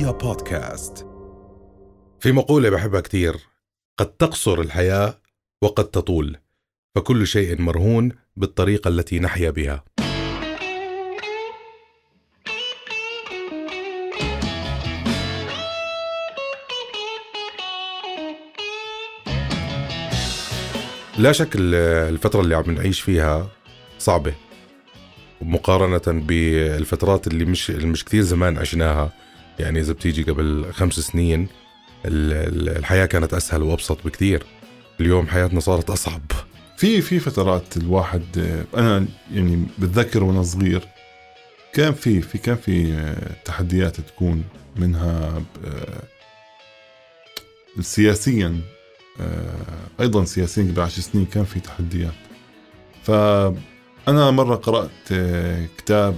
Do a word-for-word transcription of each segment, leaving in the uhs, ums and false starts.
رؤيا بودكاست. في مقولة بحبها كتير: قد تقصر الحياة وقد تطول، فكل شيء مرهون بالطريقة التي نحيا بها. لا شك الفترة اللي عم نعيش فيها صعبة مقارنة بالفترات اللي مش مش كتير زمان عشناها. يعني إذا بتيجي قبل خمس سنين الحياة كانت أسهل وأبسط بكتير. اليوم حياتنا صارت أصعب. في في فترات الواحد، أنا يعني بتذكر وأنا صغير كان في في كان في تحديات تكون منها سياسيا، أيضا سياسيا قبل عشر سنين كان في تحديات. فأنا مرة قرأت كتاب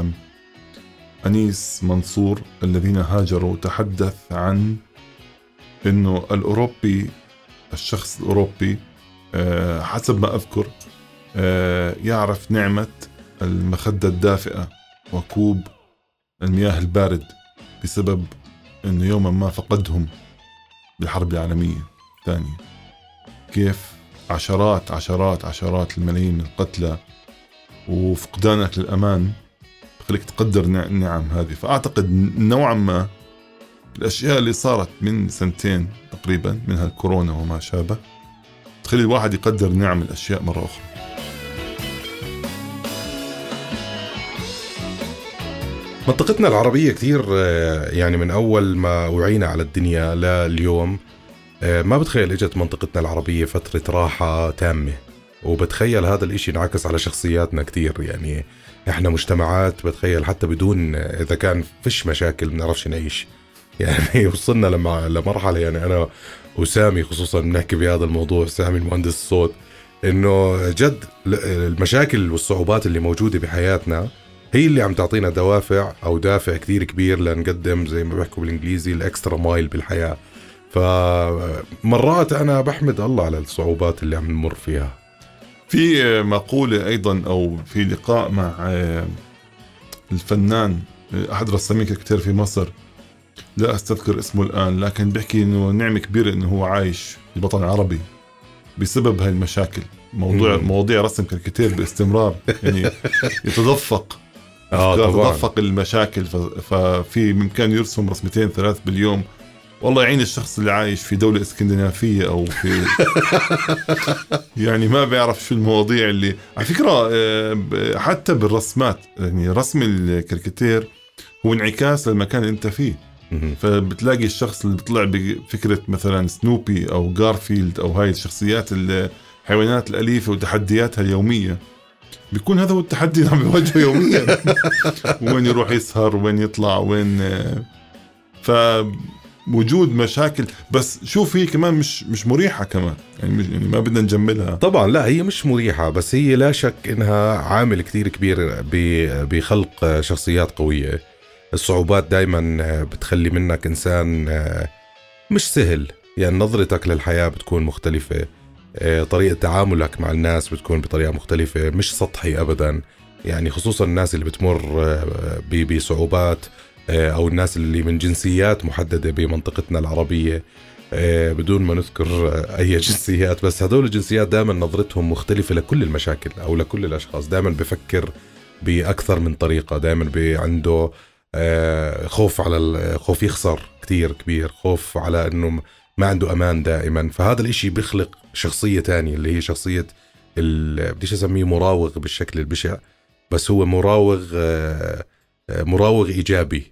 لأنيس منصور الذين هاجروا، تحدث عن إنه الأوروبي، الشخص الأوروبي حسب ما أذكر يعرف نعمة المخدة الدافئة وكوب المياه البارد بسبب إنه يوما ما فقدهم بالحرب العالمية الثانية. كيف عشرات عشرات عشرات الملايين من القتلى وفقدانك للأمان بخليك تقدر النعم هذه. فأعتقد نوعا ما الأشياء اللي صارت من سنتين تقريبا، منها الكورونا وما شابه، تخلي الواحد يقدر نعم الأشياء مرة أخرى. منطقتنا العربية كتير، يعني من أول ما وعينا على الدنيا لليوم ما بتخيل إجت منطقتنا العربية فترة راحة تامة، وبتخيل هذا الإشي انعكس على شخصياتنا كتير. يعني إحنا مجتمعات بتخيل حتى بدون إذا كان فيش مشاكل بنعرفش نعيش. يعني وصلنا لما لمرحلة، يعني أنا وسامي خصوصا بنحكي بهذا الموضوع، سامي المهندس الصوت، إنه جد المشاكل والصعوبات اللي موجودة بحياتنا هي اللي عم تعطينا دوافع أو دافع كتير كبير لنقدم زي ما بيحكوا بالإنجليزي الإكسترا مايل بالحياة. فمرات أنا بحمد الله على الصعوبات اللي عم نمر فيها. في مقولة أيضا أو في لقاء مع الفنان أحد رسامين كتير في مصر، لا أستذكر اسمه الآن، لكن بيحكي إنه نعمة كبيرة إنه هو عايش في الوطن العربي بسبب هاي المشاكل. موضوع مواضيع رسم كتير باستمرار، يعني يتدفق آه يتدفق المشاكل. ففي ممكن يرسم رسمتين ثلاث باليوم. والله يعين الشخص اللي عايش في دولة اسكندنافية أو في يعني ما بيعرف شو المواضيع اللي على فكرة. حتى بالرسمات، يعني رسم الكاريكاتير هو انعكاس للمكان اللي انت فيه. فبتلاقي الشخص اللي بيطلع بفكرة مثلا سنوبي أو غارفيلد أو هاي الشخصيات الحيوانات الأليفة وتحدياتها اليومية، بيكون هذا هو التحدي اللي عم بيواجهه يوميا. وين يروح يسهر، وين يطلع، وين. فوجود مشاكل، بس شوف هي كمان مش مش مريحة كمان، يعني, مش يعني ما بدنا نجملها طبعا. لا هي مش مريحة، بس هي لا شك إنها عامل كتير كبير بخلق شخصيات قوية. الصعوبات دايما بتخلي منك إنسان مش سهل، يعني نظرتك للحياة بتكون مختلفة، طريقة تعاملك مع الناس بتكون بطريقة مختلفة، مش سطحي أبدا. يعني خصوصا الناس اللي بتمر بصعوبات أو الناس اللي من جنسيات محددة بمنطقتنا العربية، بدون ما نذكر أي جنسيات، بس هدول الجنسيات دائما نظرتهم مختلفة لكل المشاكل أو لكل الأشخاص. دائما بفكر بأكثر من طريقة، دائما عنده خوف على الخوف يخسر كتير كبير، خوف على أنه ما عنده أمان دائما. فهذا الإشي بيخلق شخصية تانية اللي هي شخصية بديش أسميه مراوغ بالشكل البشع، بس هو مراوغ مراوغ إيجابي.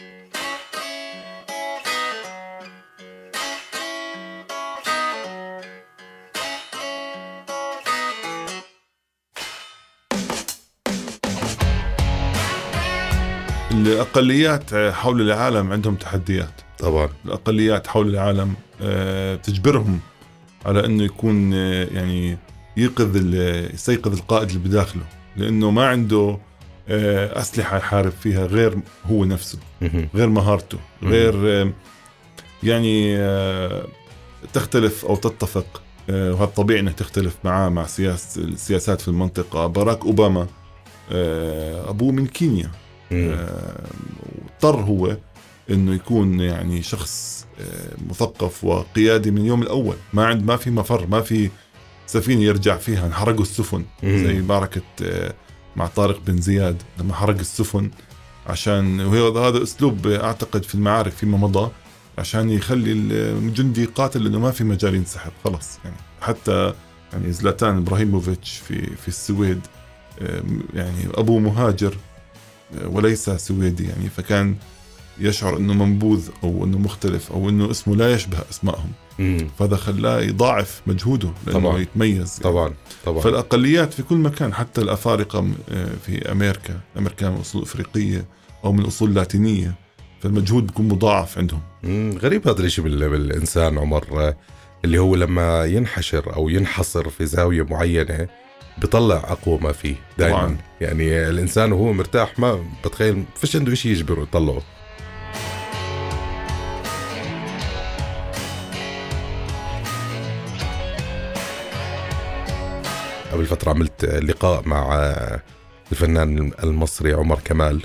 الأقليات حول العالم عندهم تحديات طبعا. الأقليات حول العالم تجبرهم على أنه يكون يعني يقظ يستيقظ القائد اللي بداخله، لأنه ما عنده أسلحة يحارب فيها غير هو نفسه، غير مهارته، غير يعني تختلف أو تتفق. وهذا طبيعي أنك تختلف معاه مع سياس السياسات في المنطقة. باراك أوباما أبوه من كينيا، اضطر هو إنه يكون يعني شخص مثقف وقيادي من اليوم الأول. ما عند ما في مفر، ما في سفينة يرجع فيها. انحرقوا السفن زي معركة مع طارق بن زياد لما حرق السفن، عشان وهذا أسلوب أعتقد في المعارك فيما مضى، عشان يخلي الجندي قاتل لأنه ما في مجال ينسحب خلاص. يعني حتى يعني زلاتان إبراهيموفيتش في في السويد يعني أبوه مهاجر وليس سويدي، يعني فكان يشعر أنه منبوذ أو أنه مختلف أو أنه اسمه لا يشبه أسمائهم، فهذا خلاه يضاعف مجهوده لأنه طبعا. يتميز يعني. طبعا طبعا. فالأقليات في كل مكان، حتى الأفارقة في أمريكا، أمريكا من أصول أفريقية أو من أصول لاتينية، فالمجهود بيكون مضاعف عندهم. غريب هذا الشيء بالإنسان عمر، اللي هو لما ينحشر أو ينحصر في زاوية معينة بيطلع أقوى ما فيه دائما طبعا. يعني الإنسان وهو مرتاح ما بتخيل فيش عنده إشي يجبره يطلعه. قبل فترة عملت لقاء مع الفنان المصري عمر كمال،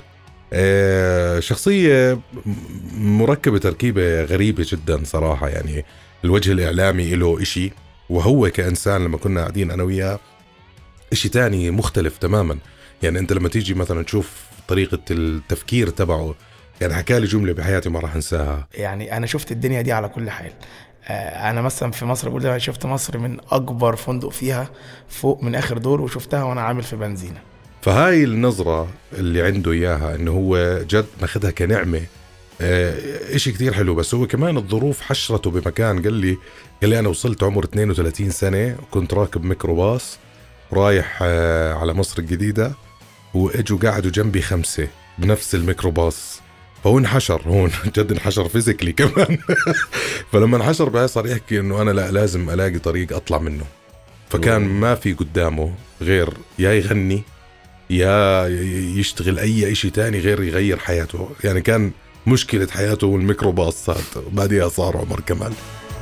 شخصية مركبة تركيبة غريبة جدا صراحة. يعني الوجه الإعلامي له إشي، وهو كإنسان لما كنا قاعدين أنا وياه إشي تاني مختلف تماما. يعني أنت لما تيجي مثلا تشوف طريقة التفكير تبعه، يعني حكالي جملة بحياتي ما راح أنساها. يعني أنا شفت الدنيا دي على كل حال. أنا مثلا في مصر بقول ده، شفت مصر من أكبر فندق فيها فوق من آخر دور، وشفتها وأنا عامل في بنزينة. فهاي النظرة اللي عنده إياها إنه هو جد ماخدها كنعمة، إشي كتير حلو. بس هو كمان الظروف حشرته بمكان. قال لي قال لي أنا وصلت عمر اثنين وثلاثين سنة وكنت راكب ميكروباص رايح على مصر الجديدة، وإجوا قاعدوا جنبي خمسة بنفس الميكروباص، فهو انحشر هون جد انحشر فيزيكلي كمان. فلما انحشر بقى صار يحكي إنه أنا لا لازم ألاقي طريق أطلع منه. فكان ما في قدامه غير يا يغني يا يشتغل أي إشي تاني غير يغير حياته. يعني كان مشكلة حياته والميكروباصات، بعدها صار عمر كمال.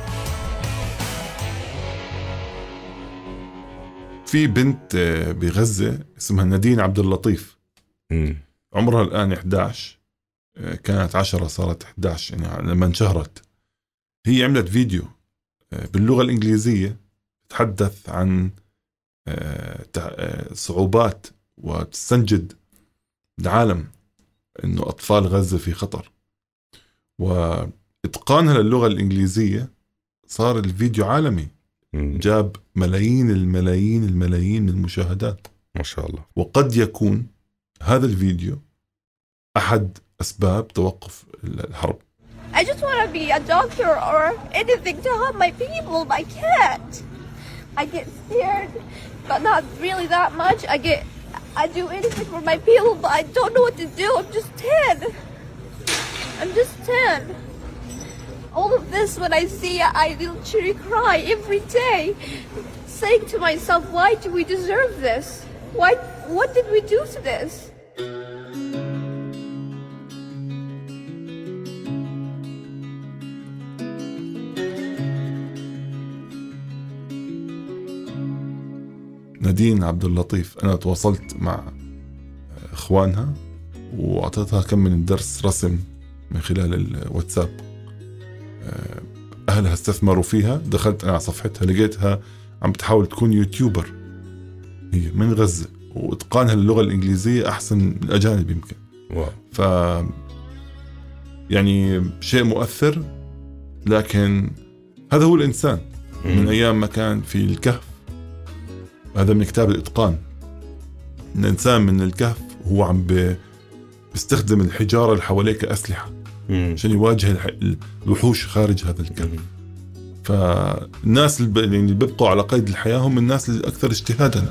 في بنت بغزة اسمها نادين عبد اللطيف، م. عمرها الآن إحدى عشر، كانت عشرة صارت إحدى عشر يعني لما انشهرت. هي عملت فيديو باللغة الإنجليزية تتحدث عن صعوبات وتستنجد العالم إنه أطفال غزة في خطر، وإتقانها للغة الإنجليزية صار الفيديو عالمي، جاب ملايين الملايين الملايين من المشاهدات ما شاء الله. وقد يكون هذا الفيديو أحد أسباب توقف الحرب. I just want to be a doctor or anything to help my people, but I can't. I get scared, but not really that much. I get, I do anything for my people, but I don't know what to do. I'm just ten. I'm just ten. All of this, when I see it, I literally cry every day, saying to myself, why do we deserve this? Why, what did we do to this? نادين عبد اللطيف أنا تواصلت مع إخوانها وأعطيتها كم من درس رسم من خلال الواتساب. أهلها استثمروا فيها، دخلت أنا على صفحتها لقيتها عم بتحاول تكون يوتيوبر، هي من غزة وإتقانها للغة الإنجليزية أحسن من الأجانب يمكن. واو. ف يعني شيء مؤثر، لكن هذا هو الإنسان من أيام ما كان في الكهف. هذا من كتاب الإتقان. الإنسان من الكهف هو عم بيستخدم الحجارة اللي حواليه كأسلحة عشان يواجه الوحوش خارج هذا الكهف. فالناس اللي بيبقوا على قيد الحياة هم الناس الأكثر اجتهادا.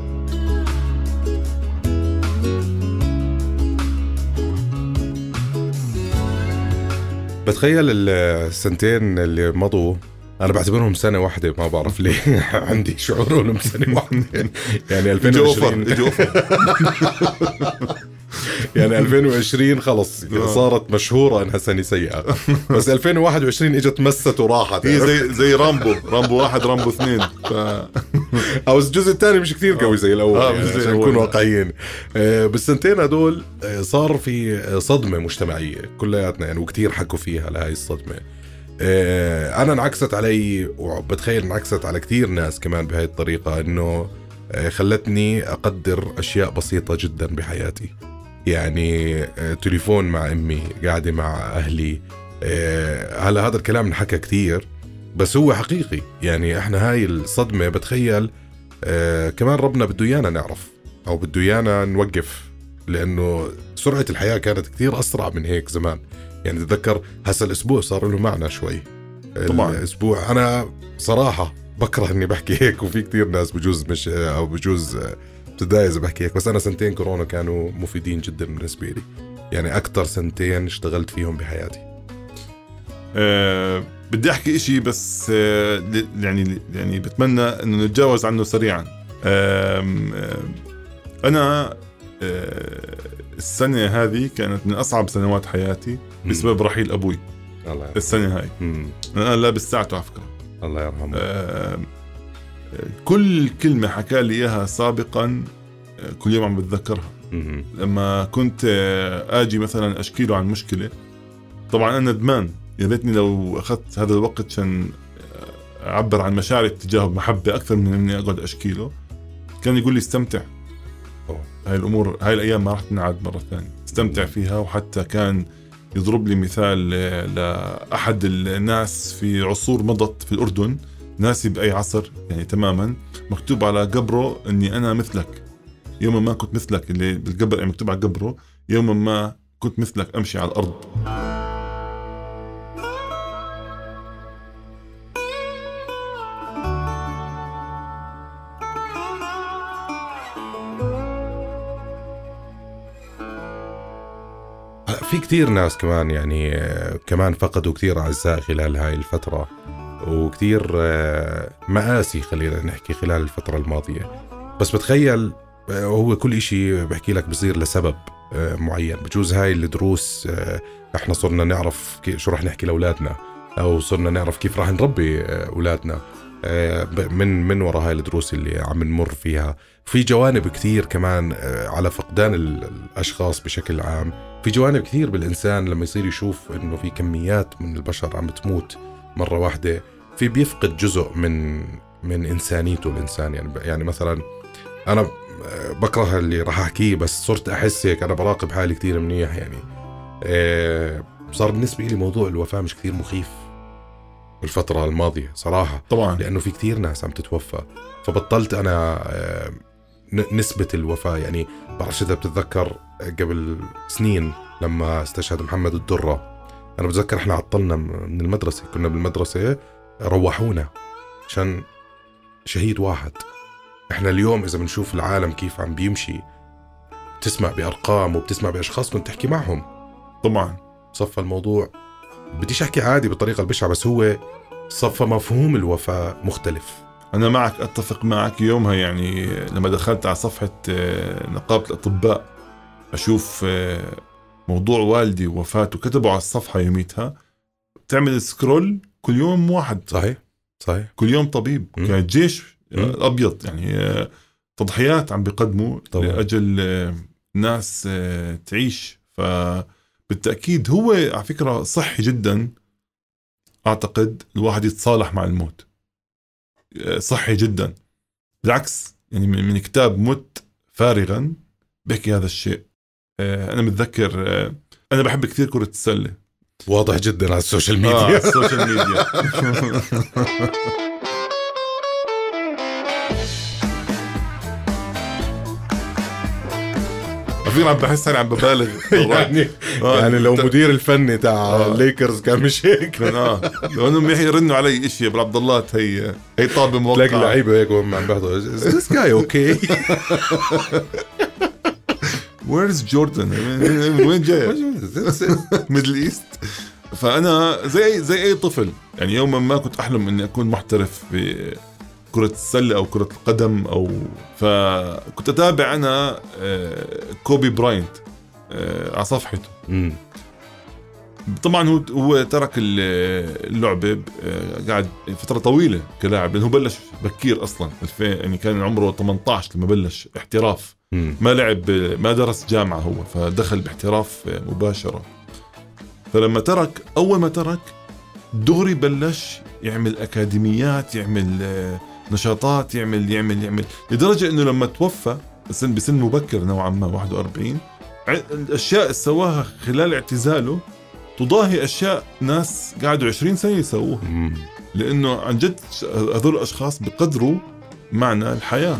بتخيل السنتين اللي مضوا أنا بعتبرهم سنة واحدة، ما بعرف ليه عندي شعور إنهم سنة واحدة. يعني ألفين وعشرين يعني ألفين وعشرين خلص صارت مشهورة انها سنة سيئة، بس ألفين وواحد وعشرين اجت مست وراحت. هي زي زي رامبو رامبو واحد رامبو اثنين ف... او الجزء الثاني مش كتير قوي زي الاول آه يعني زي عشان نكون واقعيين. بالسنتين هدول صار في صدمة مجتمعية كلياتنا يعني، وكتير حكوا فيها لهاي الصدمة. انا انعكست علي وبتخيل انعكست على كتير ناس كمان بهاي الطريقة، انه خلتني اقدر اشياء بسيطة جدا بحياتي. يعني تليفون مع امي، قاعدة مع اهلي. هلا هذا الكلام نحكى كتير بس هو حقيقي. يعني احنا هاي الصدمة بتخيل كمان ربنا بده ايانا نعرف او بده ايانا نوقف، لانه سرعة الحياة كانت كتير اسرع من هيك زمان. يعني تذكر هسا الاسبوع صار له معنى شوي. طبعا الاسبوع انا صراحة بكره اني بحكي هيك، وفي كتير ناس بجوز مش او بجوز بتضايق اذا بحكي هيك، بس انا سنتين كورونا كانوا مفيدين جدا بالنسبة لي. يعني اكتر سنتين اشتغلت فيهم بحياتي. أه بدي احكي اشي بس أه يعني يعني بتمنى انه نتجاوز عنه سريعا. أه أه انا أه السنة هذه كانت من اصعب سنوات حياتي بسبب رحيل ابوي. الله السنة هاي مم. انا لابس ساعته على فكرة، الله يرحمه. أه كل كلمة حكى لي اياها سابقا كل يوم عم بتذكرها. مم. لما كنت اجي مثلا اشكي له عن مشكلة، طبعا انا ندمان، يا ريتني لو اخذت هذا الوقت عشان اعبر عن مشاعري تجاهه بمحبة اكثر من اني اقعد اشكي له. كان يقول لي استمتع، هاي الامور هاي الايام ما راح تنعاد مرة ثانية، استمتع فيها. وحتى كان يضرب لي مثال لأحد الناس في عصور مضت في الأردن، ناسي بأي عصر يعني تماما، مكتوب على قبره أني أنا مثلك يوما ما كنت مثلك، اللي بالقبر يعني مكتوب على قبره يوما ما كنت مثلك أمشي على الأرض. في كتير ناس كمان يعني كمان فقدوا كتير أعزاء خلال هاي الفترة، وكتير مآسي خلينا نحكي خلال الفترة الماضية. بس بتخيل هو كل إشي بحكي لك بصير لسبب معين. بجوز هاي الدروس احنا صرنا نعرف شو رح نحكي لأولادنا، أو صرنا نعرف كيف رح نربي أولادنا من من وراء هاي الدروس اللي عم نمر فيها. في جوانب كتير كمان على فقدان الأشخاص بشكل عام. في جوانب كثير بالإنسان لما يصير يشوف إنه في كميات من البشر عم تموت مرة واحدة، في بيفقد جزء من من إنسانيته الإنسان. يعني يعني مثلا أنا بكره اللي راح أحكيه، بس صرت أحس هيك أنا براقب حالي كثير منيح. يعني صار بالنسبة لي موضوع الوفاة مش كثير مخيف بالفترة الماضية صراحة، طبعا لأنه في كثير ناس عم تتوفى، فبطلت أنا نسبة الوفاة. يعني بعرفش إذا بتتذكر قبل سنين لما استشهد محمد الدرة، أنا بتذكر إحنا عطلنا من المدرسة، كنا بالمدرسة روحونا عشان شهيد واحد. إحنا اليوم إذا بنشوف العالم كيف عم بيمشي، بتسمع بأرقام وبتسمع بأشخاص كنت تحكي معهم. طبعا صفى الموضوع، بديش أحكي عادي بالطريقة البشعة، بس هو صفى مفهوم الوفاة مختلف. أنا معك، أتفق معك. يومها يعني لما دخلت على صفحة نقابة الأطباء أشوف موضوع والدي ووفاته، كتبوا على الصفحة يوميتها تعمل سكرول كل يوم واحد. صحيح صحيح، كل يوم طبيب. م. كان الجيش الأبيض يعني تضحيات عم بيقدموا طبعا لأجل ناس تعيش. فبالتأكيد هو على فكرة صحي جدا، أعتقد الواحد يتصالح مع الموت، صحي جدا. بالعكس يعني من كتاب مت فارغا بحكي هذا الشيء. أنا متذكر أنا بحب كثير كرة السلة، واضح جدا على السوشيال ميديا. آه السوشيال ميديا. فين عم بحس أنا عم ببالغ يعني آه يعني لو مدير الفني تاع آه الليكرز كان مش هيك. اه لو انهم يرنوا علي اشي ابو عبد الله، هي هي طابه موقعه، تلاقي لعيبه هيك وهم عم بيحضروا this guy okay where's Jordan وين جاي ميدل ايست. فانا زي زي اي طفل يعني يوما ما كنت احلم اني اكون محترف في كرة السلة أو كرة القدم، أو فكنت أتابع أنا كوبي براينت على صفحته. مم. طبعا هو هو ترك اللعبة قاعد فترة طويلة كلاعب، لأنه بلش بكير أصلا يعني كان عمره ثمانية عشر لما بلش احتراف. مم. ما لعب ما درس جامعة هو، فدخل باحتراف مباشرة. فلما ترك أول ما ترك دغري بلش يعمل أكاديميات، يعمل نشاطات، يعمل يعمل يعمل لدرجة إنه لما توفى بسن بسن مبكر نوعا ما واحد وأربعين، الأشياء اللي سواها خلال اعتزاله تضاهي أشياء ناس قاعدوا عشرين سنة يسووها. مم. لأنه عن جد هذول الأشخاص بقدروا معنى الحياة.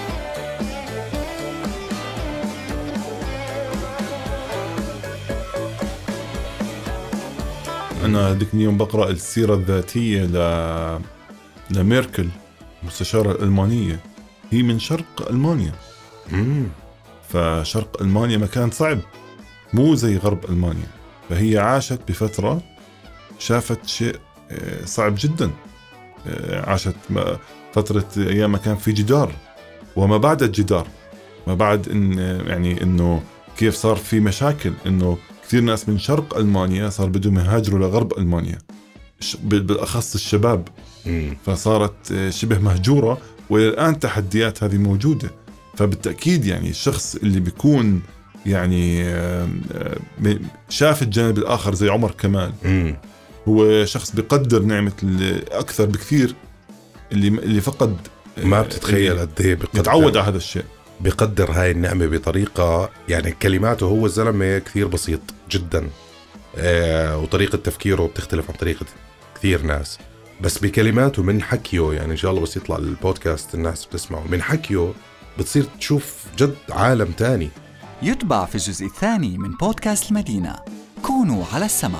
أنا ذيك اليوم بقرأ السيرة الذاتية ل... لميركل المستشارة الألمانية، هي من شرق ألمانيا. مم. فشرق ألمانيا مكان صعب، مو زي غرب ألمانيا. فهي عاشت بفترة شافت شيء صعب جدا، عاشت فترة أيام ما كان في جدار وما بعد الجدار، ما بعد إن يعني إنه كيف صار في مشاكل، إنه كثير ناس من شرق ألمانيا صار بدهم يهاجروا لغرب ألمانيا، بالأخص الشباب. مم. فصارت شبه مهجورة، وإلى الآن تحديات هذه موجودة. فبالتأكيد يعني الشخص اللي بيكون يعني شاف الجانب الآخر زي عمر كمال، مم. هو شخص بيقدر نعمة أكثر بكثير اللي اللي فقد. ما بتتخيل قد ايه يتعود على هذا الشيء، بيقدر هاي النعمة بطريقة يعني كلماته هو الزلمة كثير بسيط جدا، آه وطريقة تفكيره بتختلف عن طريقة كثير ناس، بس بكلماته من حكيه يعني إن شاء الله بس يطلع البودكاست الناس بتسمعه من حكيه بتصير تشوف جد عالم تاني. يتبع في الجزء الثاني من بودكاست المدينة. كونوا على السمع.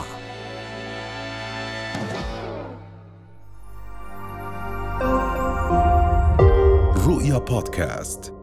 رؤيا بودكاست.